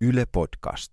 Yle Podcast.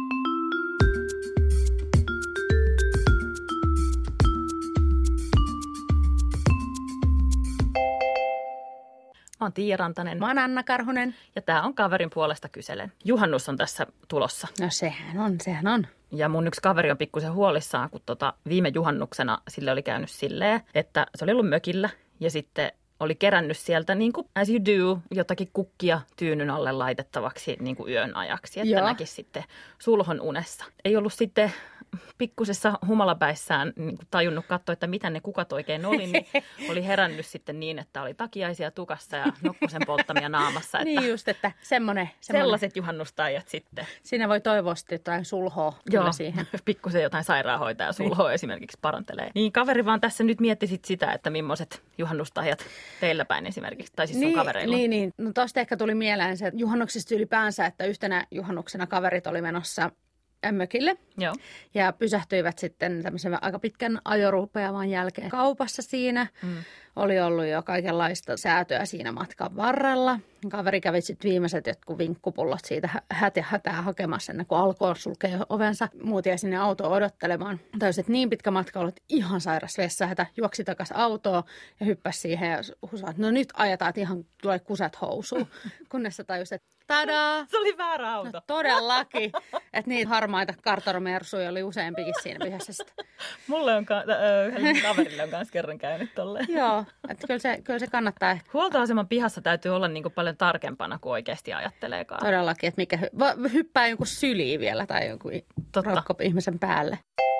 Mä oon Tiia Rantanen. Mä oon Anna Karhunen. Ja tää on Kaverin puolesta kyselen. Juhannus on tässä tulossa. No sehän on. Ja mun yksi kaveri on pikkusen huolissaan, kun viime juhannuksena sille oli käynyt silleen, että se oli ollut mökillä ja sitten oli kerännyt sieltä, niin kuin as you do, jotakin kukkia tyynyn alle laitettavaksi niin kuin yön ajaksi, että näkisi sitten sulhon unessa. Ei ollut sitten pikkusessa humalapäissään niin kuin tajunnut katsoa, että mitä ne kukat oikein oli, niin oli herännyt sitten niin, että oli takiaisia tukassa ja nokkosen polttamia naamassa. Että niin just, että semmoinen. Sellaiset juhannustajat sitten. Siinä voi toivoa sitten jotain sulhoa kyllä siihen. Pikkusen jotain sairaanhoitaja sulhoa esimerkiksi parantelee. Niin kaveri vaan tässä nyt mietti sitä, että millaiset juhannustajat teillä päin esimerkiksi, tai siis sun kavereilla. Niin. No tosta ehkä tuli mieleen se, että juhannuksesta ylipäänsä, että yhtenä juhannuksena kaverit oli menossa mökille. Joo. Ja pysähtyivät sitten tämmöisen aika pitkän ajorupeaman jälkeen kaupassa siinä. Oli ollut jo kaikenlaista säätöä siinä matkan varrella. Kaveri kävi sitten viimeiset jotkut vinkkupullot siitä hätää hakemassa ennen kuin alkoi sulkea ovensa. Muut jäi sinne autoon odottelemaan. Tajusi, että niin pitkä matka oli ihan sairas vessahätä. Juoksi takaisin autoon ja hyppäsi siihen ja husasi, että no nyt ajetaan, että ihan tulee kusat housuun. Kunnes se tajusi, että tadaa! Se oli väärä auto. No todellakin. Että niitä harmaita kartoromersuja oli useampikin siinä pyhässä. Mulle on kaverille on kanssa kerran käynyt tolleen. Joo, että kyllä se kannattaa. Huoltoaseman pihassa täytyy olla niin kuin paljon tarkempana kuin oikeasti ajatteleekaan. Todellakin, että mikä hyppää jonkun syliin vielä tai jonkun rokko-ihmisen päälle.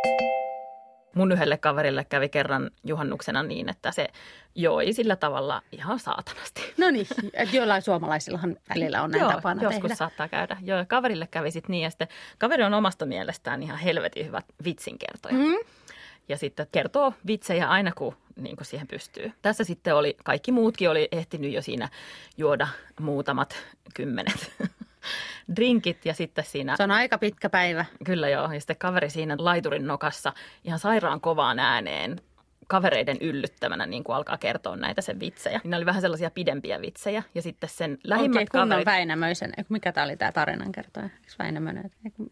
Mun yhdelle kaverille kävi kerran juhannuksena niin, että se joi sillä tavalla ihan saatanasti. No niin, että joillain suomalaisillahan välillä on näin tapana tehdä. Joskus saattaa käydä. Joo, ja kaverille kävi sitten niin, ja sitten kaveri on omasta mielestään ihan helvetin hyvä vitsinkertoja. Ja sitten kertoo vitsejä aina, kun niin kuin siihen pystyy. Tässä sitten oli, kaikki muutkin oli ehtinyt jo siinä juoda muutamat 10 drinkit ja sitten siinä. Se on aika pitkä päivä. Kyllä joo, ja sitten kaveri siinä laiturin nokassa ihan sairaan kovaan ääneen kavereiden yllyttämänä niin kuin alkaa kertoa näitä sen vitsejä. Ne oli vähän sellaisia pidempiä vitsejä ja sitten sen lähimmät oikein kunnon kaverit. Väinämöisen, mikä tämä oli tämä tarinankertoja? Eikö Väinämöinen?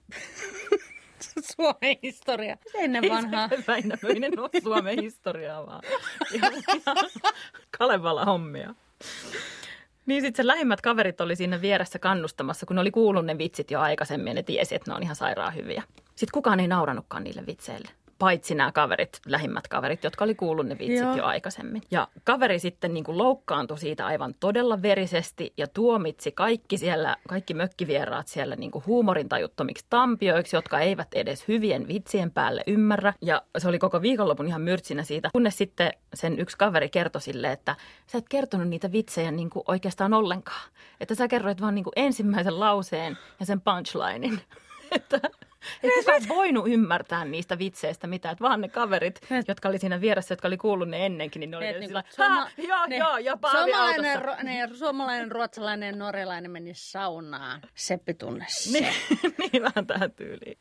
Suomen historia. Se ennen vanhaa. Ei se Väinämöinen ole Suomen historiaa, vaan ihan Kalevala hommia. Niin sitten sen lähimmät kaverit oli siinä vieressä kannustamassa, kun ne oli kuullut ne vitsit jo aikaisemmin ja ne tiesi, että ne on ihan sairaan hyviä. Sitten kukaan ei nauranutkaan niille vitseille. Paitsi nämä kaverit, lähimmät kaverit, jotka oli kuullut ne vitsit jo aikaisemmin. Ja kaveri sitten niin kuin loukkaantui siitä aivan todella verisesti ja tuomitsi kaikki mökkivieraat siellä niin kuin huumorintajuttomiksi tampioiksi, jotka eivät edes hyvien vitsien päälle ymmärrä. Ja se oli koko viikonlopun ihan myrtsinä siitä, kunnes sitten sen yksi kaveri kertoi sille, että sä et kertonut niitä vitsejä niin kuin oikeastaan ollenkaan. Että sä kerroit vaan niin kuin ensimmäisen lauseen ja sen punchlinein. Että ei kukaan voinut ymmärtää niistä vitseistä mitään, että vaan ne kaverit, jotka oli siinä vieressä, jotka oli kuullut ne ennenkin, niin ne oli sillä joo, Paavi autossa. Suomalainen, ruotsalainen ja norjalainen meni saunaan. Seppi tunne se. Niin vähän tähän tyyliin.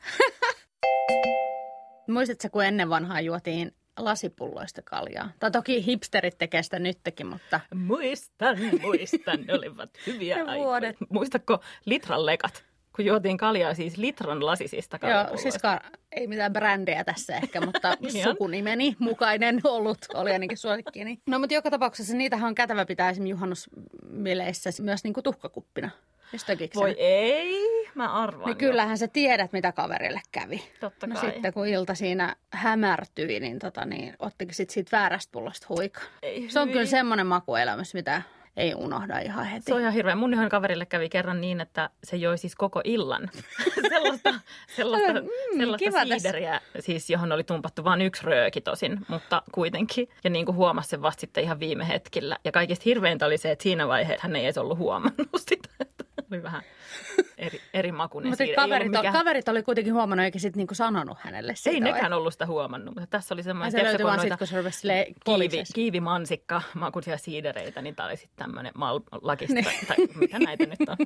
Muistatko, kun ennen vanhaa juotiin lasipulloista kaljaa? Tai toki hipsterit tekee sitä nytkin, mutta Muistan, ne olivat hyviä aikoja. Muistatko litran lekat? Kun juotiin kaljaa siis litran lasisista kaljapulloista. Joo, siis ei mitään brändiä tässä ehkä, mutta sukunimeni mukainen olut oli ainakin suosikkini. No mutta joka tapauksessa niitähän on kätevä pitää esimerkiksi juhannusbileissä myös niin kuin tuhkakuppina. Voi ei, mä arvaan. Niin kyllähän sä tiedät, mitä kaverille kävi. Totta kai. No sitten kun ilta siinä hämärtyi, niin, ottikin siitä väärästä pullosta huikaa. Se on kyllä semmoinen makuelämys, mitä ei unohda ihan heti. Se on ihan hirveä. Mun yhden kaverille kävi kerran niin, että se joi siis koko illan sellaista siideriä, siis johon oli tumpattu vain yksi rööki tosin, mutta kuitenkin. Ja niin kuin huomasi sen vasta sitten ihan viime hetkellä. Ja kaikista hirveintä oli se, että siinä vaiheessa hän ei edes ollut huomannut sitä, että oli vähän eri makuinen. Mutta kaverit oli kuitenkin huomannut eikä sitten niinku sanonut hänelle siitä. Ei nekään ollut sitä huomannut, mutta tässä oli semmoinen. Se löytyi vaan sitten, kun se rupesi kiivimansikka makuisia siidereitä, niin tämä oli sitten tämmöinen lakista, tai mitä näitä nyt on.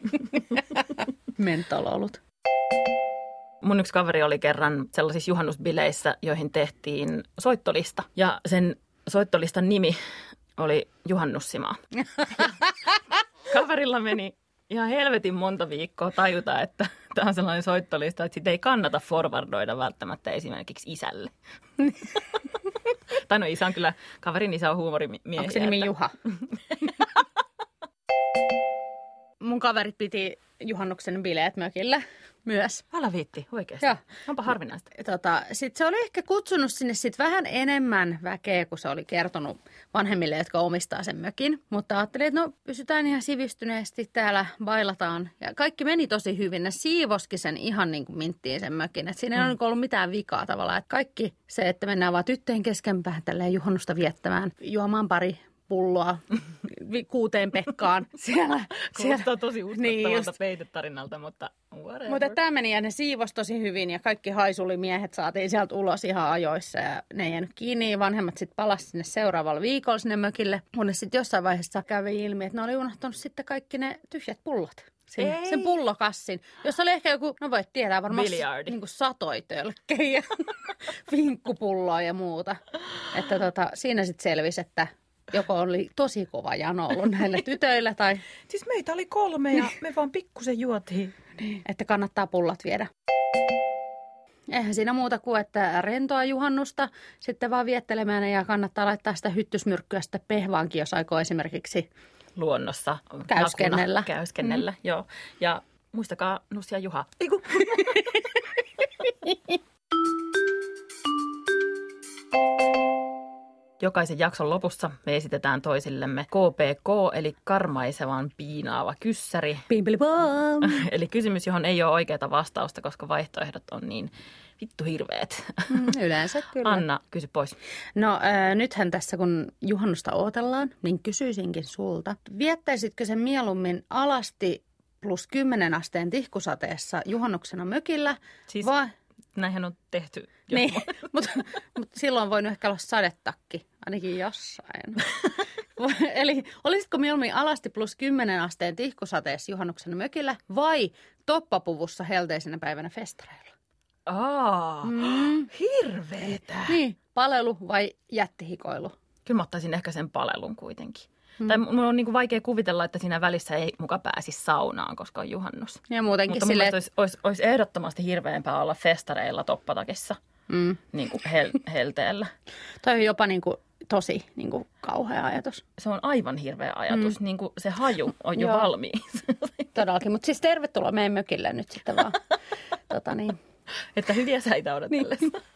Mentololut. Mun yksi kaveri oli kerran sellaisissa juhannusbileissä, joihin tehtiin soittolista. Ja sen soittolistan nimi oli Juhannussimaa. Kaverilla meni ihan helvetin monta viikkoa tajuta, että Tämä on sellainen soittolista, että sitä ei kannata forwardoida välttämättä esimerkiksi isälle. Tai no isä on kyllä, kaverin isä on huumorimiehiä. Onko se nimi Juha? Mun kaverit piti juhannuksen bileet mökillä myös. Älä viitti, oikeasti. Joo. Onpa harvinaista. Sitten se oli ehkä kutsunut sinne sit vähän enemmän väkeä, kun se oli kertonut vanhemmille, jotka omistaa sen mökin. Mutta ajattelin, että no pysytään ihan sivistyneesti täällä, bailataan. Ja kaikki meni tosi hyvin. Ne siivoskin sen ihan niin kuin minttiin sen mökin. Et siinä ei ole ollut mitään vikaa tavallaan. Et kaikki se, että mennään vaan tyttöjen keskenpäin tälleen juhannusta viettämään, juomaan pari pulloa 6 Pekkaan siellä. Kuulostaa tosi uskottavalta niin peitetarinalta, mutta whatever. Mutta tämä meni ja ne siivos tosi hyvin ja kaikki haisulimiehet saatiin sieltä ulos ihan ajoissa ja ne ei jäänyt kiinni. Vanhemmat sitten palasivat sinne seuraavalla viikolla sinne mökille, kunnes sitten jossain vaiheessa kävi ilmi, että ne oli unohtanut sitten kaikki ne tyhjät pullot. Sen pullokassin, jossa oli ehkä joku, no voit tietää varmaan niin kuin satoitölkkejä, vinkkupulloa ja muuta. Että siinä sitten selvisi, että joko oli tosi kova jano ollut näillä tytöillä tai... Siis meitä oli 3 ja me vaan pikkusen juotiin. Niin. Että kannattaa pullat viedä. Eihän siinä muuta kuin, että rentoa juhannusta sitten vaan viettelemään ja kannattaa laittaa sitä hyttysmyrkkyä sitten pehvaankin, jos aikoo esimerkiksi luonnossa käyskennellä. Joo. Ja muistakaa Nussi ja Juha. Jokaisen jakson lopussa me esitetään toisillemme KPK, eli karmaisevan piinaava kyssäri. Eli kysymys, johon ei ole oikeaa vastausta, koska vaihtoehdot on niin vittu hirveet. Yleensä kyllä. Anna, kysy pois. No nythän tässä, kun juhannusta odotellaan, niin kysyisinkin sulta. Viettäisitkö sen mieluummin alasti plus 10 asteen tihkusateessa juhannuksena mökillä? Siis vai... näinhän on tehty. Niin, mutta silloin on voinut ehkä olla sadetakki, ainakin jossain. Eli olisitko mieluummin alasti plus 10 asteen tihkusateessa juhannuksena mökillä vai toppapuvussa helteisenä päivänä festareilla? Hirveetä. Niin, palelu vai jättihikoilu? Kyllä mä ottaisin ehkä sen palelun kuitenkin. Tai mun on niin kuin vaikea kuvitella, että siinä välissä ei muka pääsisi saunaan, koska on juhannus. Ja muutenkin mutta mun mielestä olisi ehdottomasti hirveämpää olla festareilla toppatakissa niin kuin helteellä. Toi on jopa niin kuin tosi niin kuin kauhea ajatus. Se on aivan hirveä ajatus. Niin kuin se haju on jo valmiin. Todellakin, mutta siis tervetuloa meidän mökille nyt sitten vaan. Että hyviä säitä odotellessa. Niin.